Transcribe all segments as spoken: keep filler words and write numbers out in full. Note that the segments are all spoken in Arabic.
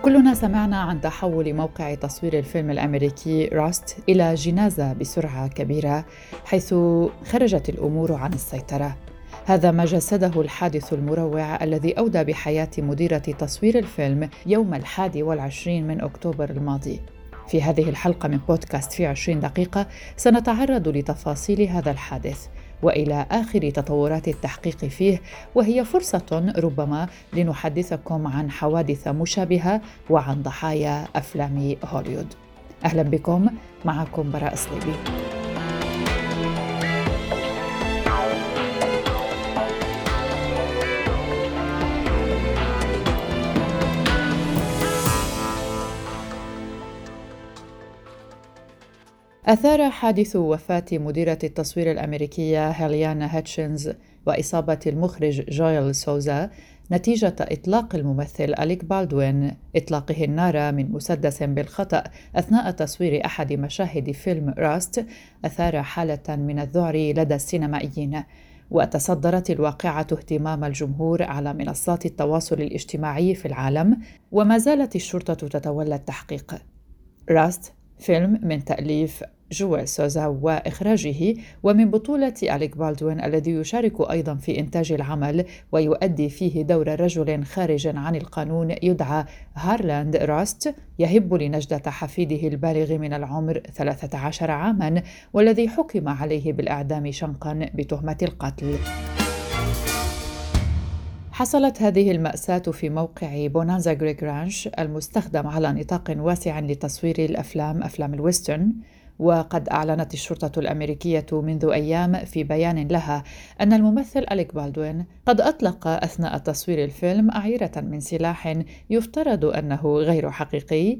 كلنا سمعنا عن تحول موقع تصوير الفيلم الأمريكي راست إلى جنازة بسرعة كبيرة، حيث خرجت الأمور عن السيطرة. هذا ما جسده الحادث المروع الذي أودى بحياة مديرة تصوير الفيلم يوم الحادي والعشرين من أكتوبر الماضي. في هذه الحلقة من بودكاست في عشرين دقيقة سنتعرض لتفاصيل هذا الحادث وإلى آخر تطورات التحقيق فيه، وهي فرصة ربما لنحدثكم عن حوادث مشابهة وعن ضحايا أفلام هوليوود. أهلا بكم، معكم براء صليبي. أثار حادث وفاة مديرة التصوير الأمريكية هيليانا هاتشنز وإصابة المخرج جويل سوزا نتيجة إطلاق الممثل أليك بالدوين إطلاقه النار من مسدس بالخطأ أثناء تصوير أحد مشاهد فيلم راست، أثار حالة من الذعر لدى السينمائيين. وتصدرت الواقعة اهتمام الجمهور على منصات التواصل الاجتماعي في العالم، وما زالت الشرطة تتولى التحقيق. راست فيلم من تأليف جويل سوزا وإخراجه ومن بطولة أليك بالدوين الذي يشارك أيضا في إنتاج العمل ويؤدي فيه دور رجل خارج عن القانون يدعى هارلاند راست، يهب لنجدة حفيده البالغ من العمر ثلاثة عشر عاما والذي حكم عليه بالإعدام شنقا بتهمة القتل. حصلت هذه المأساة في موقع بونانزا غريك رانش المستخدم على نطاق واسع لتصوير الأفلام أفلام الويسترن، وقد أعلنت الشرطة الأمريكية منذ أيام في بيان لها أن الممثل أليك بالدوين قد أطلق أثناء تصوير الفيلم أعيرة من سلاح يفترض أنه غير حقيقي،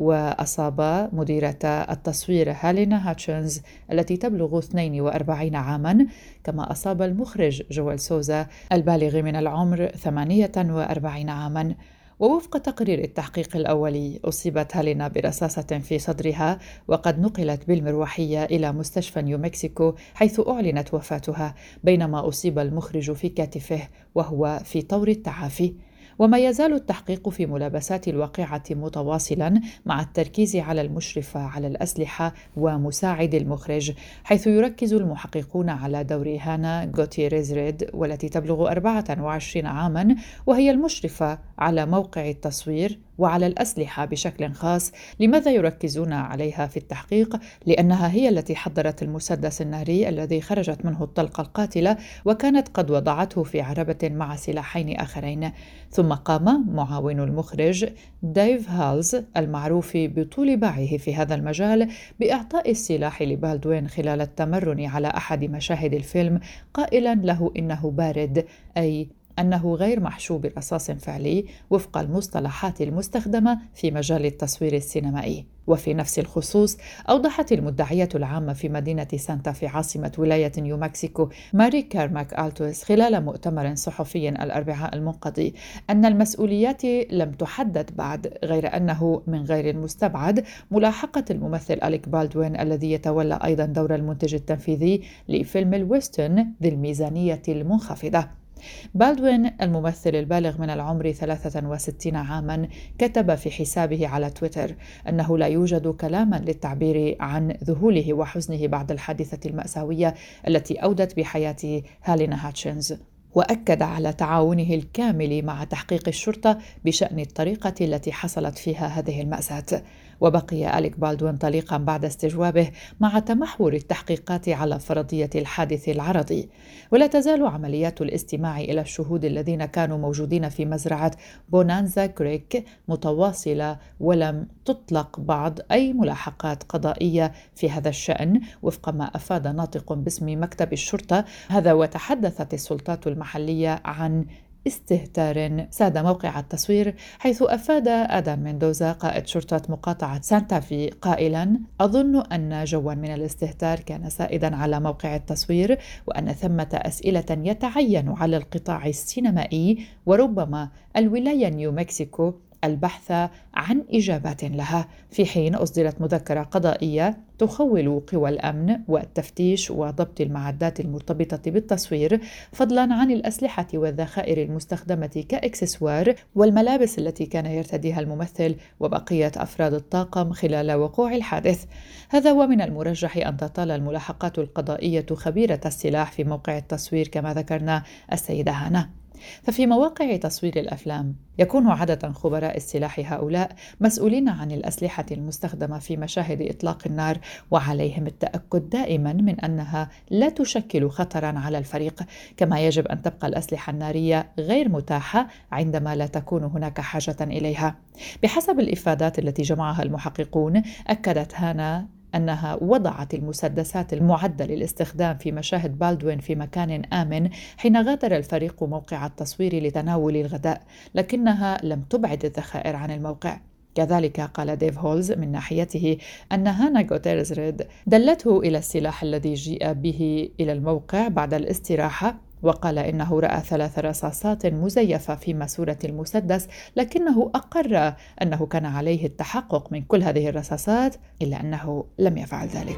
وأصاب مديرة التصوير هالينا هاتشنز التي تبلغ اثنين وأربعين عاماً، كما أصاب المخرج جويل سوزا البالغ من العمر ثمانية وأربعين عاماً. ووفق تقرير التحقيق الأولي أصيبت هالينا برصاصة في صدرها، وقد نقلت بالمروحية إلى مستشفى نيومكسيكو حيث أعلنت وفاتها، بينما أصيب المخرج في كتفه وهو في طور التعافي. وما يزال التحقيق في ملابسات الواقعة متواصلا مع التركيز على المشرفة على الأسلحة ومساعد المخرج، حيث يركز المحققون على دور هانا غوتيريز ريد والتي تبلغ أربعة وعشرين عاما، وهي المشرفة على موقع التصوير وعلى الأسلحة بشكل خاص. لماذا يركزون عليها في التحقيق؟ لأنها هي التي حضرت المسدس الناري الذي خرجت منه الطلقة القاتلة، وكانت قد وضعته في عربة مع سلاحين آخرين. ثم قام معاون المخرج ديف هالز المعروف بطول باعه في هذا المجال بإعطاء السلاح لبالدوين خلال التمرن على أحد مشاهد الفيلم، قائلا له إنه بارد، أي أنه غير محشو برصاص فعلي وفق المصطلحات المستخدمة في مجال التصوير السينمائي. وفي نفس الخصوص أوضحت المدعية العامة في مدينة سانتا في عاصمة ولاية نيومكسيكو ماري كارماك ألتوس خلال مؤتمر صحفي الأربعاء المنقضي أن المسؤوليات لم تحدد بعد، غير أنه من غير المستبعد ملاحقة الممثل أليك بالدوين الذي يتولى أيضا دور المنتج التنفيذي لفيلم الويسترن ذي الميزانية المنخفضة. بالدوين الممثل البالغ من العمر ثلاثة وستين عاما كتب في حسابه على تويتر أنه لا يوجد كلاما للتعبير عن ذهوله وحزنه بعد الحادثة المأساوية التي أودت بحياة هالينا هاتشنز، وأكد على تعاونه الكامل مع تحقيق الشرطة بشأن الطريقة التي حصلت فيها هذه المأساة. وبقي أليك بالدوين طليقا بعد استجوابه مع تمحور التحقيقات على فرضية الحادث العرضي. ولا تزال عمليات الاستماع إلى الشهود الذين كانوا موجودين في مزرعة بونانزا كريك متواصلة، ولم تطلق بعض أي ملاحقات قضائية في هذا الشأن وفق ما أفاد ناطق باسم مكتب الشرطة هذا. وتحدثت السلطات المحلية عن استهتار ساد موقع التصوير، حيث أفاد آدم مندوزا قائد شرطة مقاطعة سانتا في قائلا: أظن أن جوا من الاستهتار كان سائدا على موقع التصوير، وأن ثمة أسئلة يتعين على القطاع السينمائي وربما الولاية نيومكسيكو البحث عن إجابات لها، في حين أصدرت مذكرة قضائية تخول قوى الأمن والتفتيش وضبط المعدات المرتبطة بالتصوير، فضلاً عن الأسلحة والذخائر المستخدمة كإكسسوار والملابس التي كان يرتديها الممثل وبقية أفراد الطاقم خلال وقوع الحادث. هذا ومن المرجح أن تطال الملاحقات القضائية خبيرة السلاح في موقع التصوير كما ذكرنا السيدة هانا. ففي مواقع تصوير الأفلام يكون عادة خبراء السلاح هؤلاء مسؤولين عن الأسلحة المستخدمة في مشاهد إطلاق النار، وعليهم التأكد دائما من أنها لا تشكل خطرا على الفريق، كما يجب أن تبقى الأسلحة النارية غير متاحة عندما لا تكون هناك حاجة إليها. بحسب الإفادات التي جمعها المحققون، أكدت هانا أنها وضعت المسدسات المعدة للاستخدام في مشاهد بالدوين في مكان آمن حين غادر الفريق موقع التصوير لتناول الغداء، لكنها لم تبعد الذخائر عن الموقع. كذلك قال ديف هولز من ناحيته أن هانا غوتيرز ريد دلته إلى السلاح الذي جيء به إلى الموقع بعد الاستراحة، وقال إنه رأى ثلاث رصاصات مزيفة في ماسورة المسدس، لكنه أقر أنه كان عليه التحقق من كل هذه الرصاصات، إلا أنه لم يفعل ذلك.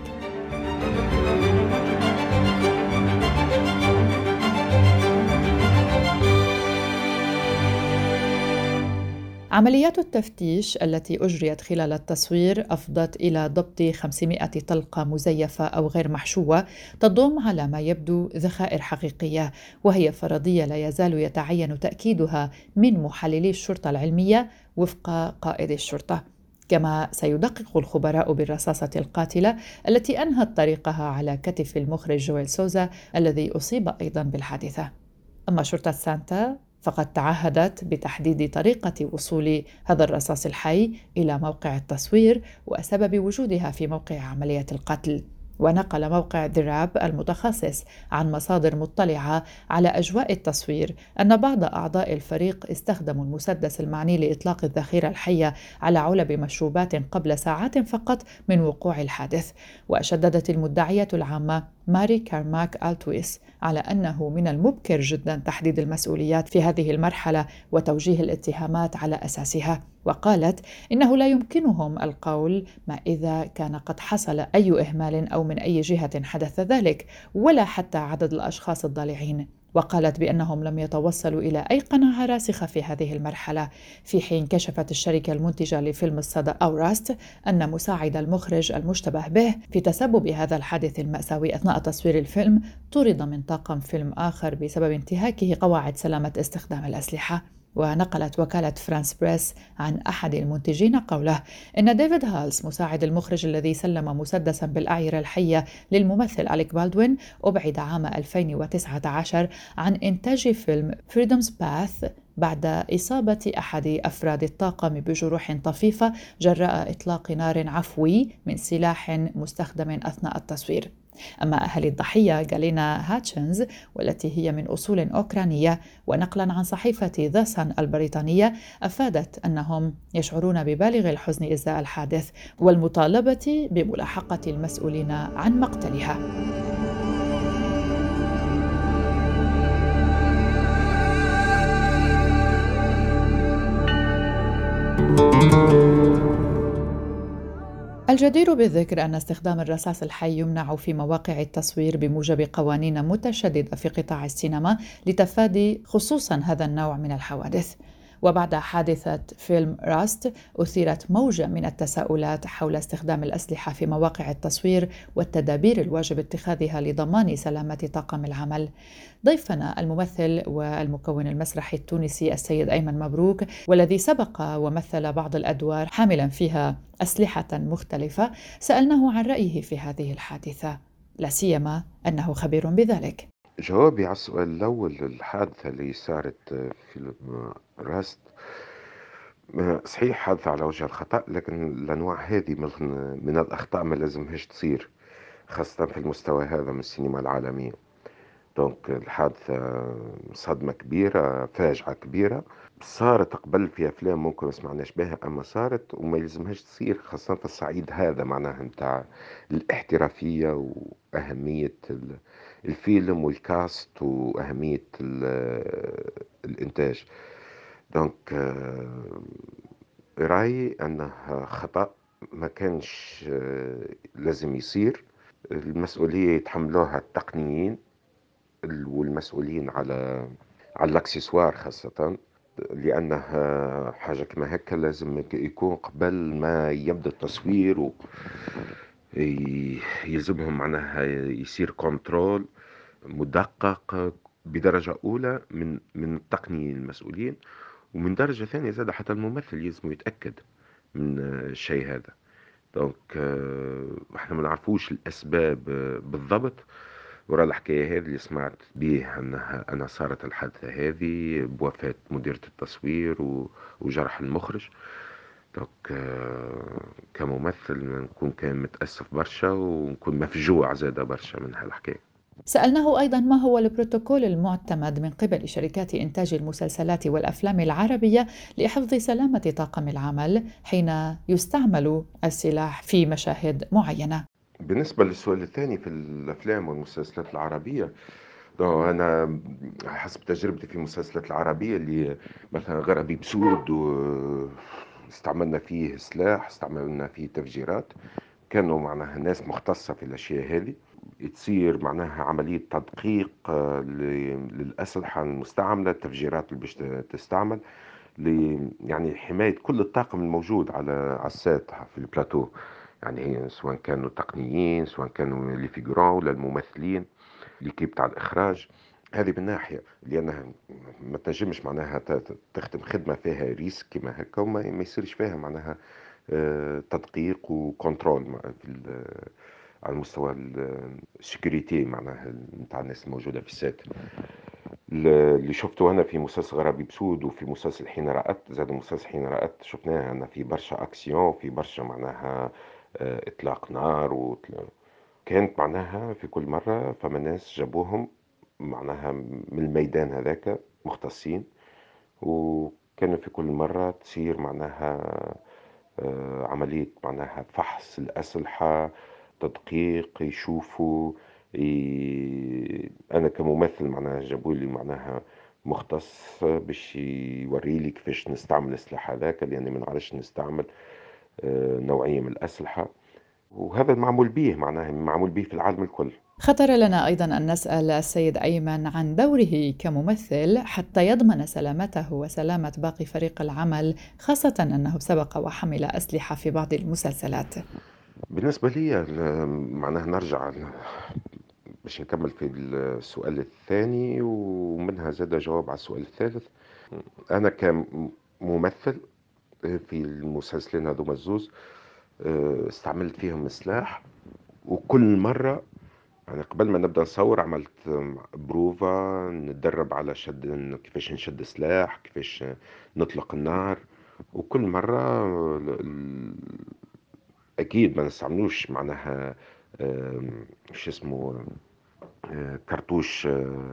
عمليات التفتيش التي أجريت خلال التصوير أفضت إلى ضبط خمسمائة طلقة مزيفة أو غير محشوة تضم على ما يبدو ذخائر حقيقية، وهي فرضية لا يزال يتعين تأكيدها من محللي الشرطة العلمية وفق قائد الشرطة. كما سيدقق الخبراء بالرصاصة القاتلة التي أنهت طريقها على كتف المخرج جويل سوزا الذي أصيب أيضا بالحادثة. أما شرطة سانتا فقد تعهدت بتحديد طريقة وصول هذا الرصاص الحي إلى موقع التصوير وسبب وجودها في موقع عملية القتل. ونقل موقع ذراب المتخصص عن مصادر مطلعة على أجواء التصوير أن بعض أعضاء الفريق استخدموا المسدس المعني لإطلاق الذخيرة الحية على علب مشروبات قبل ساعات فقط من وقوع الحادث. وشددت المدعية العامة ماري كارماك ألتويس على أنه من المبكر جدا تحديد المسؤوليات في هذه المرحلة وتوجيه الاتهامات على أساسها، وقالت إنه لا يمكنهم القول ما إذا كان قد حصل أي إهمال أو من أي جهة حدث ذلك، ولا حتى عدد الأشخاص الضالعين. وقالت بأنهم لم يتوصلوا إلى أي قناعة راسخة في هذه المرحلة، في حين كشفت الشركة المنتجة لفيلم الصدى أوراست أن مساعد المخرج المشتبه به في تسبب هذا الحادث المأساوي أثناء تصوير الفيلم طرد من طاقم فيلم آخر بسبب انتهاكه قواعد سلامة استخدام الأسلحة. ونقلت وكالة فرانس بريس عن أحد المنتجين قوله إن ديفيد هالس مساعد المخرج الذي سلم مسدسا بالأعيرة الحية للممثل أليك بالدوين أبعد عام ألفين وتسعة عشر عن إنتاج فيلم فريدومز باث بعد إصابة أحد أفراد الطاقم بجروح طفيفة جراء إطلاق نار عفوي من سلاح مستخدم أثناء التصوير. أما أهل الضحية غالينا هاتشنز والتي هي من أصول أوكرانية، ونقلا عن صحيفة ذا سان البريطانية، أفادت أنهم يشعرون ببالغ الحزن إزاء الحادث والمطالبة بملاحقة المسؤولين عن مقتلها. الجدير بالذكر أن استخدام الرصاص الحي يمنع في مواقع التصوير بموجب قوانين متشددة في قطاع السينما لتفادي خصوصا هذا النوع من الحوادث. وبعد حادثة فيلم راست أثيرت موجة من التساؤلات حول استخدام الأسلحة في مواقع التصوير والتدابير الواجب اتخاذها لضمان سلامة طاقم العمل. ضيفنا الممثل والمكون المسرحي التونسي السيد أيمن مبروك، والذي سبق ومثل بعض الأدوار حاملا فيها أسلحة مختلفة، سألناه عن رأيه في هذه الحادثة، لا سيما أنه خبير بذلك. جوابي على السؤال الأول، الحادثة اللي صارت في فيلم راست صحيح حادثة على وجه الخطأ، لكن الأنواع هذه من من الأخطاء ما لازمهاش تصير، خاصة في المستوى هذا من السينما العالمية. دونك الحادثة صدمة كبيرة، فاجعة كبيرة صارت قبل في أفلام ممكن ما سمعناش بها، أما صارت وما يلزمهاش تصير، خاصة في الصعيد هذا معناها متاع الاحترافية وأهمية الفيلم والكاست وأهمية الإنتاج. دونك آه، رأيي أنه خطأ ما كانش آه، لازم يصير. المسؤولية يتحملوها التقنيين ال- والمسؤولين على على الاكسسوار خاصة، لأنه حاجة كما هكا لازم يك- يكون قبل ما يبدأ التصوير و ي- يلزمهم معناها يصير كنترول مدقق بدرجة أولى من من التقنيين المسؤولين، ومن درجة ثانية زاد حتى الممثل يلزم يتأكد من الشيء هذا. دونك آه، احنا ما نعرفوش الأسباب آه، بالضبط وراء الحكاية هذه اللي سمعت به أنها أنا صارت الحادثة هذه بوفاة مديرة التصوير و- وجرح المخرج. دونك آه، كممثل نكون كان متأسف برشا ونكون مفجوع زادة برشا من هالحكاية. سألناه أيضا ما هو البروتوكول المعتمد من قبل شركات إنتاج المسلسلات والأفلام العربية لحفظ سلامة طاقم العمل حين يستعمل السلاح في مشاهد معينة. بالنسبة للسؤال الثاني في الأفلام والمسلسلات العربية، طبعاً أنا حسب تجربتي في المسلسلات العربية اللي مثلا غربي بسود واستعملنا فيه سلاح، استعملنا فيه تفجيرات، كانوا معناها ناس مختصة في الأشياء هذه. تصير معناها عملية تدقيق آه، ل- للأسلحة المستعملة، التفجيرات اللي باش ت- تستعمل ل يعني حماية كل الطاقم الموجود على على السات في البلاتو. يعني هي سواء كانوا تقنيين، سواء كانوا لي فيجورون ولا الممثلين، ليكيب تاع الإخراج. هذه من ناحية لأنها ما تنجمش معناها ت- ت- تخدم خدمة فيها ريسك كما هكا وما ما يصيرش فيها معناها آه، تدقيق وكنترول مع- في ال- على المستوى السكيورتي معناها نتاع الناس الموجودة في السات. ال- اللي شفته أنا في مسلسل غرابي بسود وفي مسلسل حين رأت، زاد مسلسل حين رأت شفناه أنا في برشا أكسيون، في برشا معناها آه، إطلاق نار وتل- كانت معناها في كل مرة فما ناس جابوهم معناها من الميدان هذاك مختصين، وكانوا في كل مرة تصير معناها آه، عملية معناها فحص الأسلحة، تدقيق، يشوفوا ي... أنا كممثل معناها جابوا لي معناها مختص باش يوري لي كيفاش نستعمل السلاح هذاك، لأني ما نعرفش نستعمل آه، نوعية من الأسلحة. وهذا المعمول به معناها معمول به في العالم الكل. خطر لنا أيضا أن نسأل السيد أيمن عن دوره كممثل حتى يضمن سلامته وسلامة باقي فريق العمل، خاصة أنه سبق وحمل أسلحة في بعض المسلسلات. بالنسبة لي ال- معناها نرجع ل- باش نكمل في السؤال الثاني ومنها زاد جواب على السؤال الثالث. أنا كممثل في المسلسلين هذوما الزوز آه، استعملت فيهم سلاح، وكل مرة يعني قبل ما نبدأ نصور عملت آم، بروفا نتدرب على شد كيفاش نشد سلاح، كيفاش نطلق النار. وكل مرة آه، ال- ال- أكيد ما نستعملوش معناها آم، شو اسمه آه، كرتوش آه،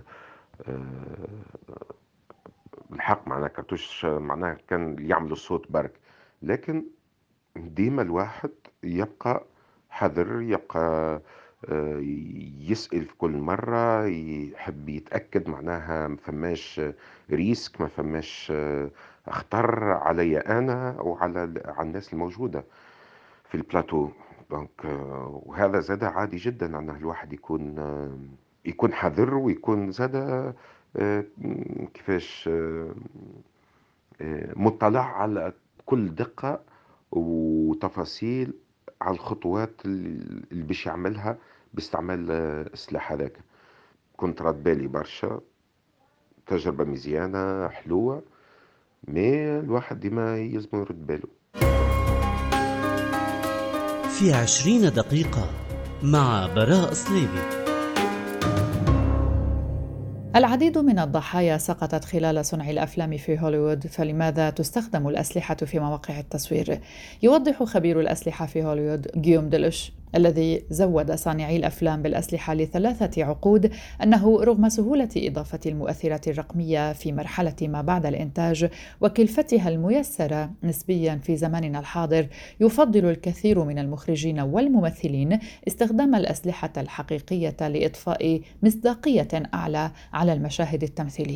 آه، بالحق معناها كرتوش آه، معناها كان يعملوا الصوت برك. لكن ديما الواحد يبقى حذر، يبقى آه، يسأل في كل مرة، يحب يتأكد معناها ما فماش ريسك، ما فماش آه، خطر علي أنا أو على على الناس الموجودة في البلاتو. دونك آه، وهذا زاد عادي جدا أن الواحد يكون آه، يكون حذر ويكون زاد آه، كيفاش آه، آه، مطلع على كل دقة وتفاصيل على الخطوات اللي اللي باش يعملها باستعمال آه، السلاح هذاك. كنت راد بالي برشا، تجربة مزيانة حلوة، مي الواحد ديما يلزم يرد باله. في عشرين دقيقة مع براء صليبي. العديد من الضحايا سقطت خلال صنع الأفلام في هوليوود، فلماذا تستخدم الأسلحة في مواقع التصوير؟ يوضح خبير الأسلحة في هوليوود غيوم ديلوش الذي زود صانعي الأفلام بالأسلحة لثلاثة عقود أنه رغم سهولة إضافة المؤثرات الرقمية في مرحلة ما بعد الإنتاج وكلفتها الميسرة نسبيا في زماننا الحاضر، يفضل الكثير من المخرجين والممثلين استخدام الأسلحة الحقيقية لإضفاء مصداقية أعلى على المشاهد التمثيلية.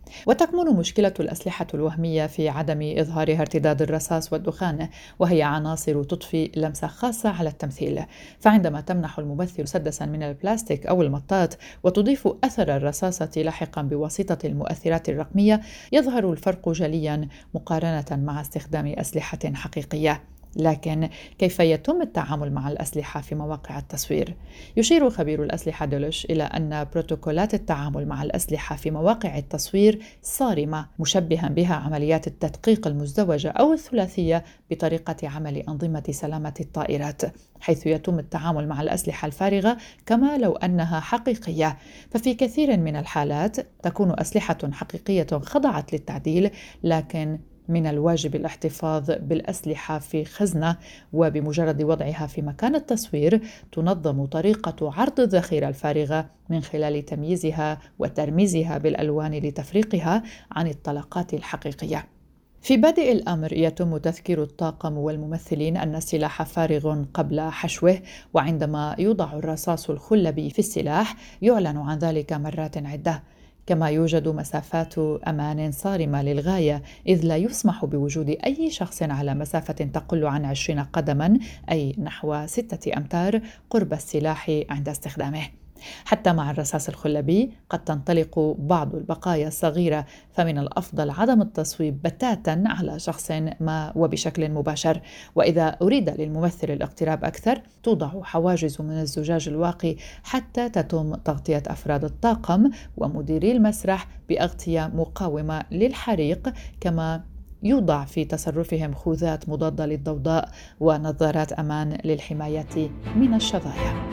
وتكمن مشكلة الأسلحة الوهمية في عدم إظهارها ارتداد الرصاص والدخان، وهي عناصر تضفي لمسة خاصة على التمثيل. فعندما تمنح الممثل مسدسا من البلاستيك أو المطاط وتضيف أثر الرصاصة لاحقا بواسطة المؤثرات الرقمية، يظهر الفرق جليا مقارنة مع استخدام أسلحة حقيقية. لكن كيف يتم التعامل مع الأسلحة في مواقع التصوير؟ يشير خبير الأسلحة دولش إلى أن بروتوكولات التعامل مع الأسلحة في مواقع التصوير صارمة، مشبها بها عمليات التدقيق المزدوجة أو الثلاثية بطريقة عمل أنظمة سلامة الطائرات، حيث يتم التعامل مع الأسلحة الفارغة كما لو أنها حقيقية. ففي كثير من الحالات تكون أسلحة حقيقية خضعت للتعديل، لكن من الواجب الاحتفاظ بالأسلحة في خزنة، وبمجرد وضعها في مكان التصوير تنظم طريقة عرض الذخيرة الفارغة من خلال تمييزها وترميزها بالألوان لتفريقها عن الطلقات الحقيقية. في بادئ الأمر يتم تذكير الطاقم والممثلين أن السلاح فارغ قبل حشوه، وعندما يوضع الرصاص الخلبي في السلاح يعلن عن ذلك مرات عدة. كما يوجد مسافات أمان صارمة للغاية، إذ لا يسمح بوجود أي شخص على مسافة تقل عن عشرين قدما، أي نحو ستة أمتار، قرب السلاح عند استخدامه. حتى مع الرصاص الخلبي قد تنطلق بعض البقايا الصغيرة، فمن الأفضل عدم التصويب بتاتا على شخص ما وبشكل مباشر. وإذا أريد للممثل الاقتراب أكثر توضع حواجز من الزجاج الواقي حتى تتم تغطية أفراد الطاقم ومديري المسرح بأغطية مقاومة للحريق، كما يوضع في تصرفهم خوذات مضادة للضوضاء ونظارات أمان للحماية من الشظايا.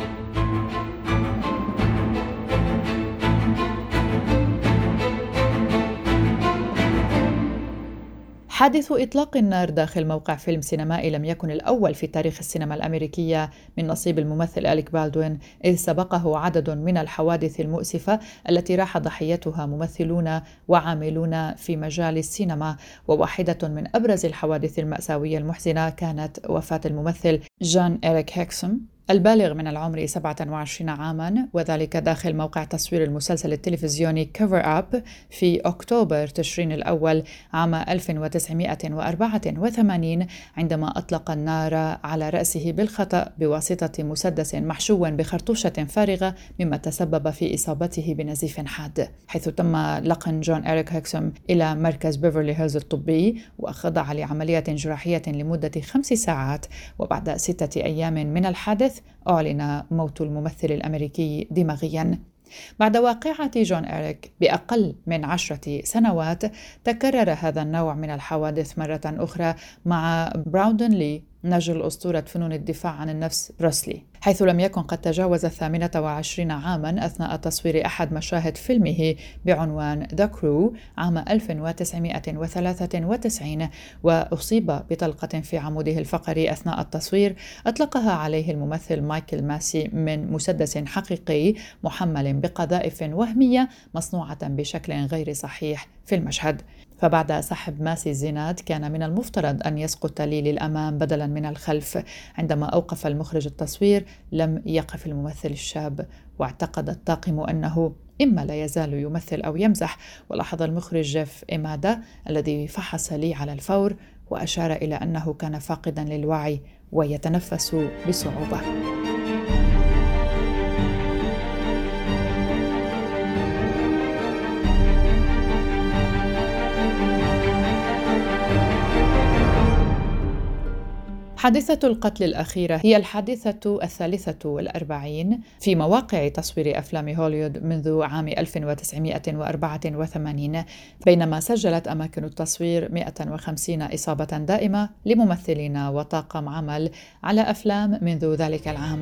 حادث إطلاق النار داخل موقع فيلم سينمائي لم يكن الأول في تاريخ السينما الأمريكية من نصيب الممثل أليك بالدوين، إذ سبقه عدد من الحوادث المؤسفة التي راح ضحيتها ممثلون وعاملون في مجال السينما. وواحدة من أبرز الحوادث المأساوية المحزنة كانت وفاة الممثل جون إريك هيكسوم البالغ من العمر سبعة وعشرين عاماً، وذلك داخل موقع تصوير المسلسل التلفزيوني Cover Up في أكتوبر تشرين الأول عام ألف وتسعمائة وأربعة وثمانين، عندما أطلق النار على رأسه بالخطأ بواسطة مسدس محشو بخرطوشة فارغة، مما تسبب في إصابته بنزيف حاد، حيث تم لقن جون إريك هيكسوم إلى مركز بيفرلي هيلز الطبي وخضع لعملية جراحية لمدة خمس ساعات. وبعد ستة أيام من الحادث أعلن موت الممثل الأمريكي دماغياً. بعد واقعة جون إريك بأقل من عشرة سنوات تكرر هذا النوع من الحوادث مرة أخرى مع براودن لي، نجل أسطورة فنون الدفاع عن النفس بروسلي، حيث لم يكن قد تجاوز الثامنة وعشرين عاما أثناء تصوير أحد مشاهد فيلمه بعنوان The Crew عام ألف وتسعمائة وثلاثة وتسعين، وأصيب بطلقة في عموده الفقري أثناء التصوير أطلقها عليه الممثل مايكل ماسي من مسدس حقيقي محمل بقذائف وهمية مصنوعة بشكل غير صحيح في المشهد. فبعد سحب ماسي الزناد كان من المفترض أن يسقط لي للأمام بدلا من الخلف. عندما أوقف المخرج التصوير لم يقف الممثل الشاب، واعتقد الطاقم أنه إما لا يزال يمثل أو يمزح. ولاحظ المخرج جيف إيمادا الذي فحص لي على الفور وأشار إلى أنه كان فاقدا للوعي ويتنفس بصعوبة. حادثة القتل الأخيرة هي الحادثة الثالثة والأربعين في مواقع تصوير أفلام هوليوود منذ عام ألف وتسعمائة وأربعة وثمانين، بينما سجلت أماكن التصوير مئة وخمسين إصابة دائمة لممثلين وطاقم عمل على أفلام منذ ذلك العام.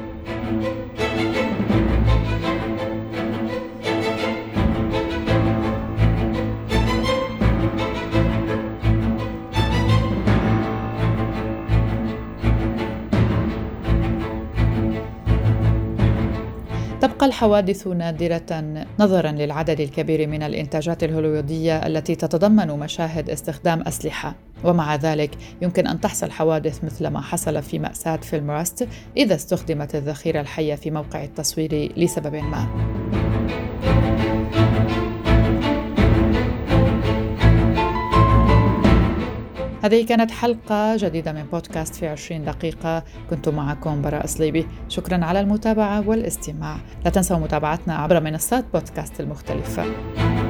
تبقى الحوادث نادرة نظراً للعدد الكبير من الإنتاجات الهوليوودية التي تتضمن مشاهد استخدام أسلحة، ومع ذلك يمكن أن تحصل حوادث مثل ما حصل في مأساة فيلم راست إذا استخدمت الذخيرة الحية في موقع التصوير لسبب ما. هذه كانت حلقة جديدة من بودكاست في عشرين دقيقة. كنت معكم براء صليبي. شكرا على المتابعة والاستماع. لا تنسوا متابعتنا عبر منصات بودكاست المختلفة.